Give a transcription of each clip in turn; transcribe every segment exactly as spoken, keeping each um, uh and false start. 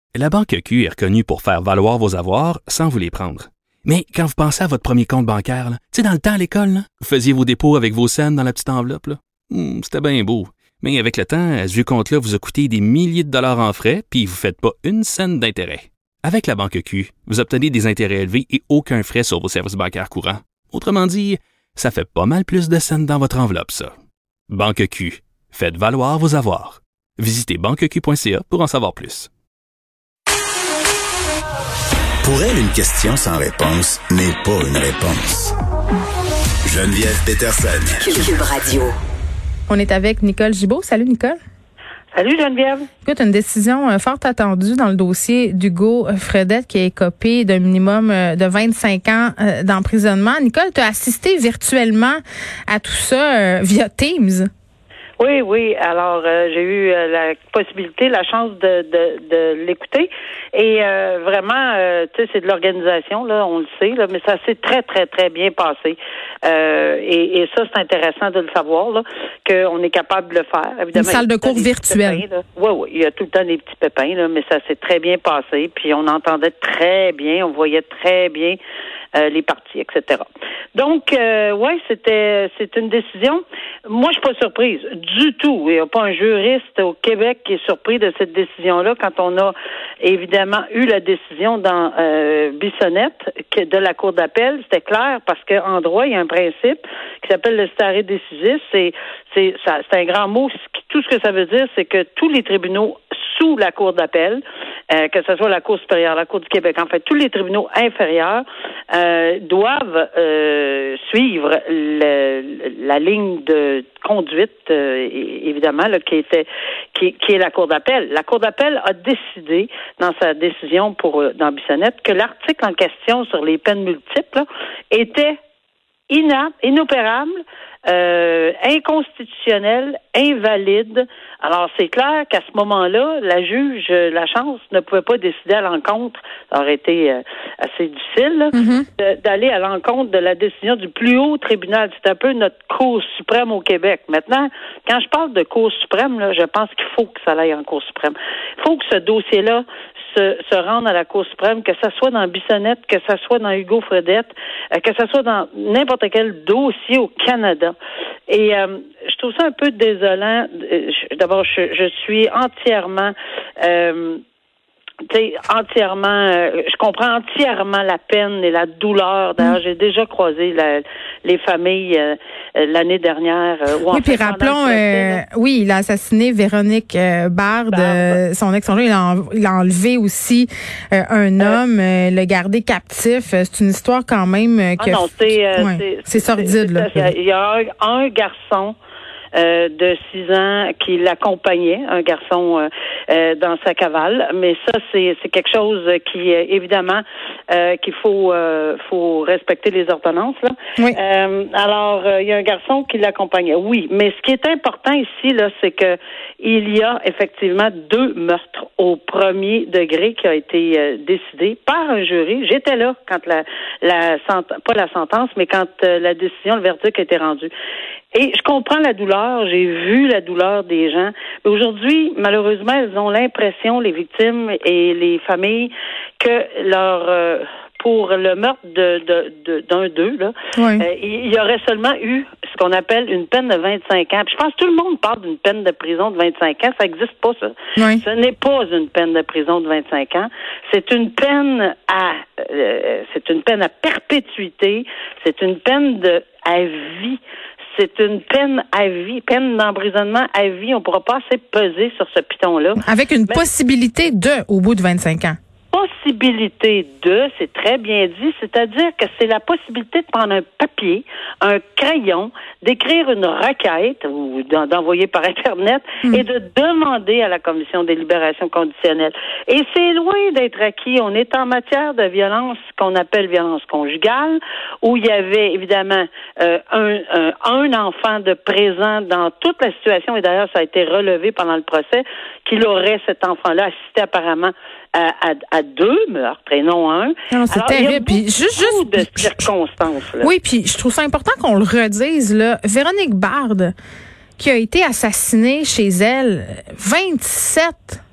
La Banque Q est reconnue pour faire valoir vos avoirs sans vous les prendre. Mais quand vous pensez à votre premier compte bancaire, tu sais, dans le temps à l'école, là, vous faisiez vos dépôts avec vos scènes dans la petite enveloppe. Là. Hum, c'était bien beau. Mais avec le temps, ce vieux compte-là vous a coûté des milliers de dollars en frais, puis vous ne faites pas une scène d'intérêt. Avec la Banque Q, vous obtenez des intérêts élevés et aucun frais sur vos services bancaires courants. Autrement dit, ça fait pas mal plus de scènes dans votre enveloppe, ça. Banque Q. Faites valoir vos avoirs. Visitez banque q point c a pour en savoir plus. Pour elle, une question sans réponse n'est pas une réponse. Geneviève Peterson. Cube Radio. On est avec Nicole Gibault. Salut, Nicole. Salut Geneviève. Écoute, une décision euh, fort attendue dans le dossier d'Hugo Fredette qui a écopé d'un minimum euh, de vingt-cinq ans euh, d'emprisonnement. Nicole, tu as assisté virtuellement à tout ça euh, via Teams. Oui, oui. Alors, euh, j'ai eu euh, la possibilité, la chance de, de, de l'écouter. Et euh, vraiment, euh, tu sais, c'est de l'organisation, là, on le sait, là, mais ça s'est très, très, très bien passé. Euh, et, et ça, c'est intéressant de le savoir, là, qu'on est capable de le faire. Évidemment, une salle de cours virtuelle. Oui, oui. Il y a tout le temps des petits pépins, là, mais ça s'est très bien passé. Puis on entendait très bien, on voyait très bien euh, les parties, et cetera. Donc, euh, ouais, c'était, c'est une décision. Moi, je suis pas surprise du tout. Il n'y a pas un juriste au Québec qui est surpris de cette décision-là quand on a évidemment eu la décision dans euh, Bissonnette que de la Cour d'appel. C'était clair parce qu'en droit, il y a un principe qui s'appelle le stare decisis. C'est, c'est, ça, c'est un grand mot. Tout ce que ça veut dire, c'est que tous les tribunaux sous la Cour d'appel, euh, que ce soit la Cour supérieure, la Cour du Québec, en fait, tous les tribunaux inférieurs euh, doivent euh, suivre le, la ligne de conduite, euh, évidemment, là, qui était qui, qui est la Cour d'appel. La Cour d'appel a décidé, dans sa décision pour dans Bissonnette, que l'article en question sur les peines multiples là, était inapte, inopérable, euh, inconstitutionnel, invalide. Alors, c'est clair qu'à ce moment-là, la juge, la chance, ne pouvait pas décider à l'encontre, ça aurait été euh, assez difficile, là, mm-hmm. de, d'aller à l'encontre de la décision du plus haut tribunal. C'est un peu notre Cour suprême au Québec. Maintenant, quand je parle de Cour suprême, là, je pense qu'il faut que ça aille en Cour suprême. Il faut que ce dossier-là Se, se rendre à la Cour suprême, que ça soit dans Bissonnette, que ça soit dans Hugo Fredette, euh, que ça soit dans n'importe quel dossier au Canada. Et euh, je trouve ça un peu désolant. Je, d'abord, je, je suis entièrement... Euh, Tu sais, entièrement, euh, je comprends entièrement la peine et la douleur. D'ailleurs, j'ai déjà croisé la, les familles euh, l'année dernière. Euh, où oui, puis rappelons, euh, oui, il a assassiné Véronique euh, Bard, Bard. Euh, son ex-conjoint. Il a, il a enlevé aussi euh, un euh, homme, euh, le gardé captif. C'est une histoire quand même euh, que... Ah non, c'est, euh, ouais, c'est, c'est sordide, c'est, là. Il y a un, un garçon Euh, de six ans qui l'accompagnait, un garçon euh, euh, dans sa cavale. Mais ça, c'est, c'est quelque chose qui, euh, évidemment, euh, qu'il faut euh, faut respecter les ordonnances. Là. Oui. Euh, alors, euh, il y a un garçon qui l'accompagnait. Oui, mais ce qui est important ici, là, c'est que il y a effectivement deux meurtres au premier degré qui a été euh, décidé par un jury. J'étais là quand la la sent- pas la sentence, mais quand euh, la décision, le verdict a été rendu. Et je comprends la douleur, j'ai vu la douleur des gens. Mais aujourd'hui, malheureusement, elles ont l'impression, les victimes et les familles, que leur euh, pour le meurtre de, de, de d'un d'eux, là, oui. euh, il y aurait seulement eu ce qu'on appelle une peine de vingt-cinq ans. Puis je pense que tout le monde parle d'une peine de prison de vingt-cinq ans. Ça n'existe pas, ça. Oui. Ce n'est pas une peine de prison de vingt-cinq ans. C'est une peine à euh, c'est une peine à perpétuité. C'est une peine de à vie. C'est une peine à vie, peine d'emprisonnement à vie. On ne pourra pas assez peser sur ce piton-là. Avec une Mais, possibilité de, au bout de vingt-cinq ans. Possibilité de, c'est très bien dit, c'est-à-dire que c'est la possibilité de prendre un papier, un crayon, d'écrire une requête ou d'envoyer par Internet mmh. et de demander à la Commission des libérations conditionnelles. Et c'est loin d'être acquis. On est en matière de violence qu'on appelle violence conjugale, où il y avait évidemment euh, un, un, un enfant de présent dans toute la situation, et d'ailleurs ça a été relevé pendant le procès, qu'il aurait cet enfant-là assisté apparemment à, à, à deux meurtres et non un. Non, c'est Alors, terrible. Puis juste, juste de circonstances. Là. Oui, puis je trouve ça important qu'on le redise. Là. Véronique Bard, qui a été assassinée chez elle, vingt-sept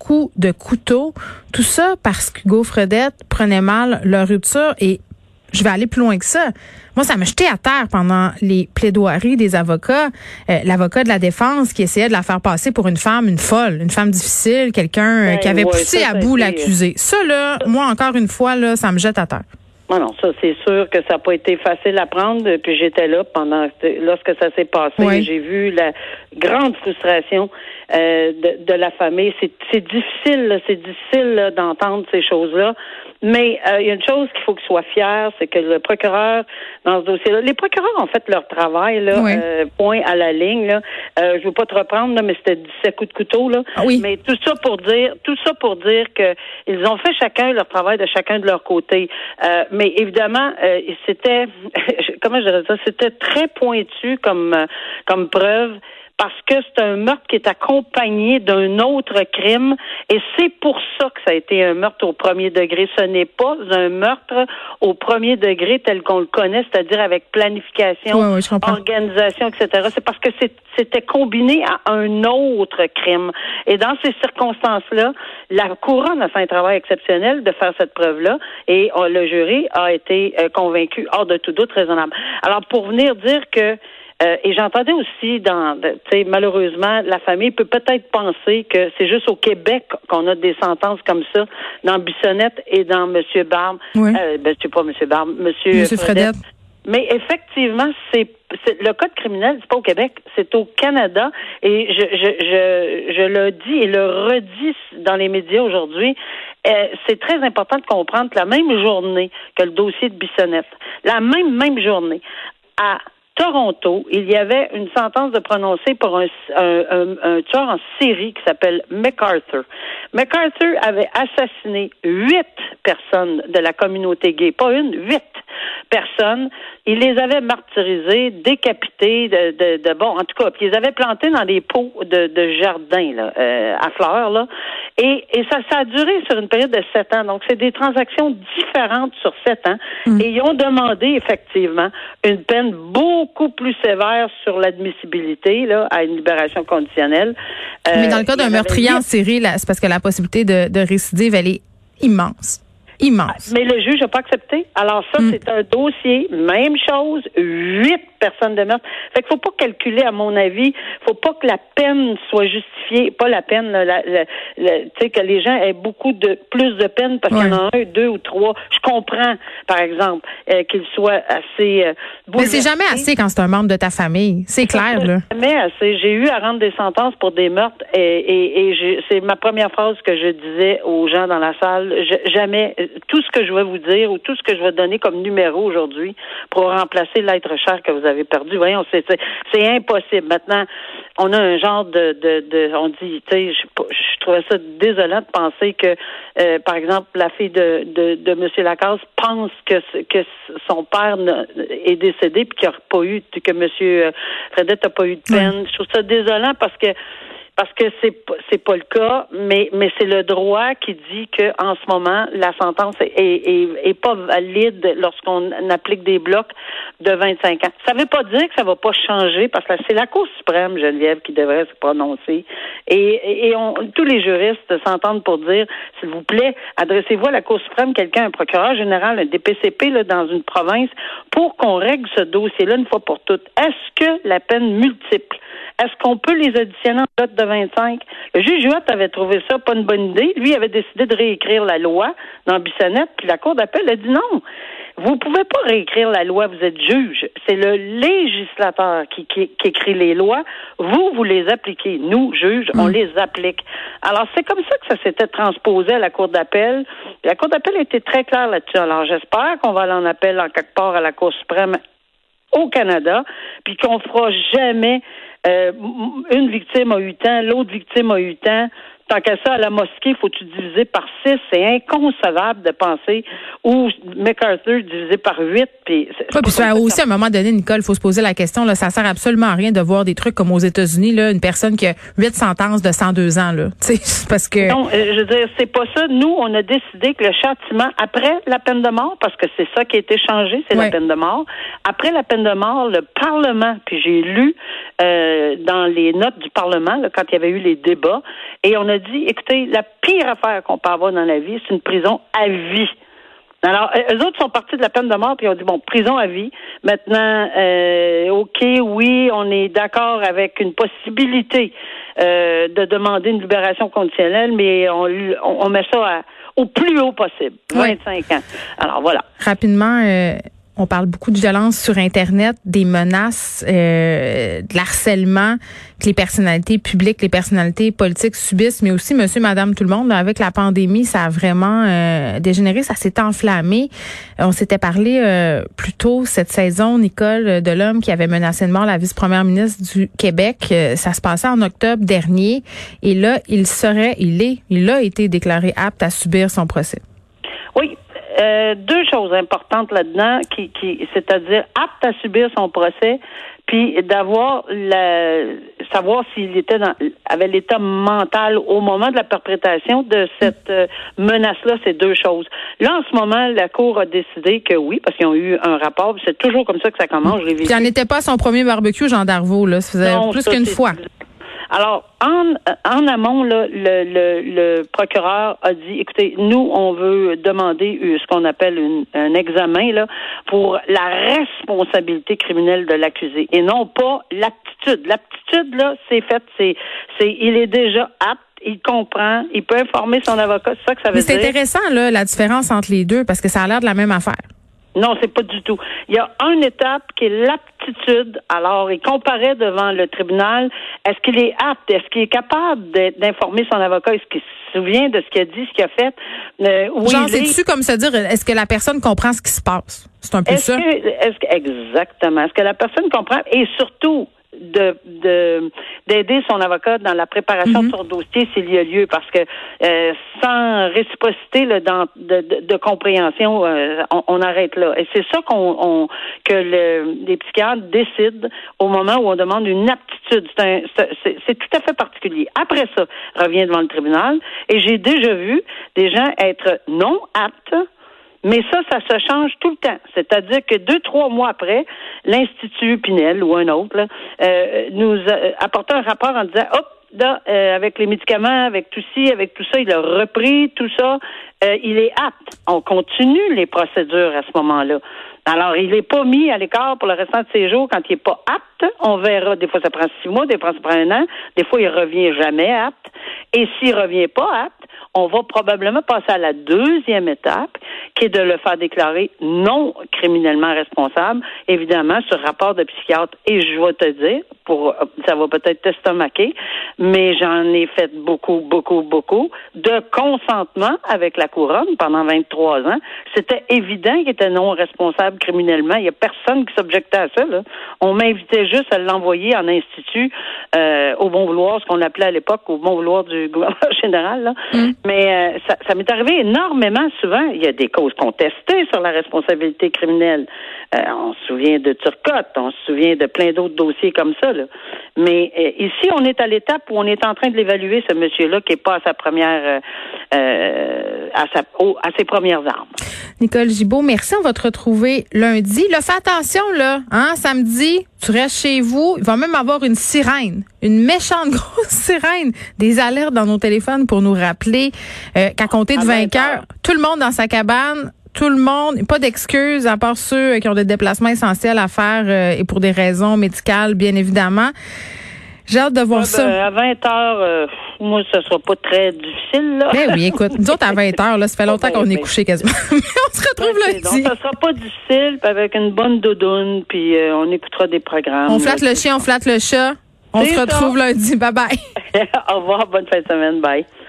coups de couteau. Tout ça parce qu'Hugo Fredette prenait mal leur rupture et je vais aller plus loin que ça. Moi, ça m'a jeté à terre pendant les plaidoiries des avocats. Euh, l'avocat de la défense qui essayait de la faire passer pour une femme, une folle, une femme difficile, quelqu'un euh, qui avait ouais, poussé ça, à ça bout été... l'accusé. Ça, là, moi, encore une fois, là, ça me jette à terre. Non, non, ça, c'est sûr que ça n'a pas été facile à prendre. Puis j'étais là pendant lorsque ça s'est passé. Oui. J'ai vu la grande frustration euh, de, de la famille. C'est, c'est difficile, là, c'est difficile là, d'entendre ces choses-là. Mais euh, il y a une chose qu'il faut qu'il soit fier, c'est que le procureur, dans ce dossier-là, les procureurs ont fait leur travail, là, oui. euh, point à la ligne. Là. Euh, je veux pas te reprendre, là, mais c'était dix-sept coups de couteau. Là. Ah oui. Mais tout ça pour dire, tout ça pour dire que ils ont fait chacun leur travail de chacun de leur côté. Euh, mais évidemment, euh, c'était, comment je dirais ça, c'était très pointu comme euh, comme preuve. Parce que c'est un meurtre qui est accompagné d'un autre crime et c'est pour ça que ça a été un meurtre au premier degré. Ce n'est pas un meurtre au premier degré tel qu'on le connaît, c'est-à-dire avec planification, oui, oui, je comprends. organisation, et cetera. C'est parce que c'est, c'était combiné à un autre crime. Et dans ces circonstances-là, la couronne a fait un travail exceptionnel de faire cette preuve-là et oh, le jury a été euh, convaincu hors de tout doute raisonnable. Alors, pour venir dire que Euh, et j'entendais aussi, dans, tu sais, malheureusement, la famille peut peut-être penser que c'est juste au Québec qu'on a des sentences comme ça, dans Bissonnette et dans Monsieur Barbe. Oui. Euh, ben, c'est pas Monsieur Barbe, Monsieur, Monsieur Fredette. Fredette. Mais effectivement, c'est, c'est le code criminel, c'est pas au Québec, c'est au Canada. Et je, je, je, je le dis et le redis dans les médias aujourd'hui. Euh, c'est très important de comprendre que la même journée que le dossier de Bissonnette, la même même journée, à Toronto, il y avait une sentence de prononcer pour un, un, un, un tueur en série qui s'appelle MacArthur. MacArthur avait assassiné huit personnes de la communauté gay, pas une, huit personnes. Il les avait martyrisées, décapitées, de, de, de bon, en tout cas, puis ils les avaient plantées dans des pots de, de jardin là, euh, à fleurs là. Et, et ça, ça a duré sur une période de sept ans. Donc, c'est des transactions différentes sur sept ans. Mmh. Et ils ont demandé, effectivement, une peine beaucoup plus sévère sur l'admissibilité, là, à une libération conditionnelle. Euh, Mais dans le cas d'un meurtrier dit... en série, là, c'est parce que la possibilité de, de récidive, elle est immense. Immense. Mais le juge n'a pas accepté. Alors ça, mmh. c'est un dossier, même chose, huit personnes de meurtre. Fait qu'il faut pas calculer, à mon avis, faut pas que la peine soit justifiée, pas la peine, là, la, la, la, tu sais, que les gens aient beaucoup de plus de peine parce ouais. qu'il y en a un, deux ou trois. Je comprends, par exemple, euh, qu'ils soient assez euh, Mais c'est jamais assez quand c'est un membre de ta famille. C'est clair, c'est là. Jamais assez. J'ai eu à rendre des sentences pour des meurtres et, et, et j'ai, c'est ma première phrase que je disais aux gens dans la salle. Je, jamais tout ce que je vais vous dire ou tout ce que je vais donner comme numéro aujourd'hui pour remplacer l'être cher que vous avez perdu, voyons, c'est, c'est, c'est impossible. Maintenant, on a un genre de, de, de on dit, tu sais, je, je trouvais ça désolant de penser que, euh, par exemple, la fille de, de, de M. Lacasse pense que, que son père est décédé puis qu'il n'y a pas eu, que M. Fredette n'a pas eu de peine. Mmh. Je trouve ça désolant parce que Parce que c'est c'est pas le cas, mais mais c'est le droit qui dit que en ce moment la sentence est est, est pas valide lorsqu'on applique des blocs de vingt-cinq ans. Ça veut pas dire que ça va pas changer parce que c'est la Cour suprême, Geneviève, qui devrait se prononcer. Et et on, tous les juristes s'entendent pour dire, s'il vous plaît, adressez-vous à la Cour suprême, quelqu'un, un procureur général, un D P C P là dans une province, pour qu'on règle ce dossier-là une fois pour toutes. Est-ce que la peine multiple, est-ce qu'on peut les additionner en bloc de vingt-cinq? Le juge Huot avait trouvé ça pas une bonne idée. Lui avait décidé de réécrire la loi dans Bissonnette, puis la Cour d'appel a dit non. Vous pouvez pas réécrire la loi, vous êtes juge. C'est le législateur qui, qui, qui écrit les lois. Vous, vous les appliquez. Nous, juges, on mmh. les applique. Alors, c'est comme ça que ça s'était transposé à la Cour d'appel. La Cour d'appel était très claire là-dessus. Alors, j'espère qu'on va aller en appel en quelque part à la Cour suprême au Canada, puis qu'on fera jamais euh, une victime a huit ans, l'autre victime a huit ans. Tant qu'à ça, à la mosquée, faut-tu diviser par six? C'est inconcevable de penser. Ou MacArthur divisé par huit. Puis, ouais, puis ça, aussi, à un moment donné, Nicole, il faut se poser la question, là, ça sert absolument à rien de voir des trucs comme aux États-Unis, là, une personne qui a huit sentences de cent deux ans, là. Tu sais, parce que... Non, je veux dire, c'est pas ça. Nous, on a décidé que le châtiment, après la peine de mort, parce que c'est ça qui a été changé, c'est ouais. la peine de mort. Après la peine de mort, le Parlement, puis j'ai lu euh, dans les notes du Parlement, là, quand il y avait eu les débats, et on a dit, écoutez, la pire affaire qu'on peut avoir dans la vie, c'est une prison à vie. Alors, eux autres sont partis de la peine de mort, puis ils ont dit, bon, prison à vie. Maintenant, euh, OK, oui, on est d'accord avec une possibilité euh, de demander une libération conditionnelle, mais on, on met ça à, au plus haut possible, vingt-cinq ouais. ans. Alors, voilà. Rapidement, euh, on parle beaucoup de violence sur Internet, des menaces, euh, de l'harcèlement que les personnalités publiques, les personnalités politiques subissent, mais aussi monsieur, madame, tout le monde. Là, avec la pandémie, ça a vraiment euh, dégénéré, ça s'est enflammé. On s'était parlé euh, plus tôt cette saison, Nicole Delhomme, qui avait menacé de mort la vice-première ministre du Québec. Euh, ça se passait en octobre dernier. Et là, il serait, il est, il a été déclaré apte à subir son procès. Oui. Euh, deux choses importantes là-dedans, qui, qui, c'est-à-dire apte à subir son procès, puis d'avoir la, savoir s'il était dans, avait l'état mental au moment de la perpétration de cette euh, menace-là, c'est deux choses. Là, en ce moment, la Cour a décidé que oui, parce qu'ils ont eu un rapport, c'est toujours comme ça que ça commence. Je l'ai vu. Puis, il n'était pas à son premier barbecue, Jean Darvaux, là, ça faisait non, plus ça, qu'une fois. Alors, en, en amont, là, le, le, le procureur a dit, écoutez, nous, on veut demander ce qu'on appelle une, un examen là pour la responsabilité criminelle de l'accusé et non pas l'aptitude. L'aptitude, là, c'est fait, c'est, c'est, il est déjà apte. Il comprend, il peut informer son avocat, c'est ça que ça veut Mais dire. c'est intéressant, là, la différence entre les deux, parce que ça a l'air de la même affaire. Non, c'est pas du tout. Il y a une étape qui est l'aptitude. Alors, il comparait devant le tribunal. Est-ce qu'il est apte? Est-ce qu'il est capable d'informer son avocat? Est-ce qu'il se souvient de ce qu'il a dit, ce qu'il a fait? Euh, oui, Genre, c'est-tu comme se dire, est-ce que la personne comprend ce qui se passe? C'est un peu est-ce ça. Que, est-ce que, exactement. Est-ce que la personne comprend? Et surtout, de, de d'aider son avocat dans la préparation mm-hmm. de son dossier s'il y a lieu, parce que euh, sans réciprocité là, dans, de, de, de compréhension, euh, on, on arrête là. Et c'est ça qu'on on, que le, les psychiatres décident au moment où on demande une aptitude. C'est, un, c'est, c'est tout à fait particulier. Après ça, revient devant le tribunal, et j'ai déjà vu des gens être non aptes. Mais ça, ça se change tout le temps. C'est-à-dire que deux, trois mois après, l'Institut Pinel ou un autre là, euh, nous a apporté un rapport en disant, hop, là, euh, avec les médicaments, avec tout ci, avec tout ça, il a repris tout ça, euh, il est apte. On continue les procédures à ce moment-là. Alors, il n'est pas mis à l'écart pour le restant de ses jours quand il n'est pas apte. On verra. Des fois, ça prend six mois, des fois, ça prend un an. Des fois, il revient jamais apte. Et s'il revient pas apte, on va probablement passer à la deuxième étape, qui est de le faire déclarer non criminellement responsable, évidemment, sur rapport de psychiatre. Et je vais te dire, pour ça va peut-être t'estomaquer, mais j'en ai fait beaucoup, beaucoup, beaucoup, de consentement avec la couronne pendant vingt-trois ans. C'était évident qu'il était non responsable criminellement. Il n'y a personne qui s'objectait à ça, là. On m'invitait juste à l'envoyer en institut euh, au bon vouloir, ce qu'on appelait à l'époque au bon vouloir du gouverneur général, là. Mm. Mais euh, ça, ça m'est arrivé énormément souvent. Il y a des causes contestées sur la responsabilité criminelle. Euh, on se souvient de Turcotte, on se souvient de plein d'autres dossiers comme ça, là. Mais euh, ici, on est à l'étape où on est en train de l'évaluer, ce monsieur-là, qui n'est pas à sa première, euh, euh, à, sa, au, à ses premières armes. Nicole Gibault, merci. On va te retrouver lundi. Là, fais attention, là. Hein, samedi, tu restes chez vous. Il va même avoir une sirène, une méchante grosse sirène, des alertes dans nos téléphones pour nous rappeler euh, qu'à compter de vingt heures, tout le monde dans sa cabane, tout le monde, pas d'excuses à part ceux qui ont des déplacements essentiels à faire euh, et pour des raisons médicales, bien évidemment. J'ai hâte de voir ouais, ça. Ben, à vingt heures, euh, moi, ça sera pas très difficile, là. Ben oui, écoute, nous autres, à vingt heures, là, ça fait longtemps ben, qu'on ben, est couché quasiment. Mais on se retrouve ben, lundi. Donc, ça sera pas difficile, puis avec une bonne doudoune, puis euh, on écoutera des programmes. On flatte là, le chien, on flatte le chat. On se retrouve lundi. Bye bye. Au revoir, bonne fin de semaine. Bye.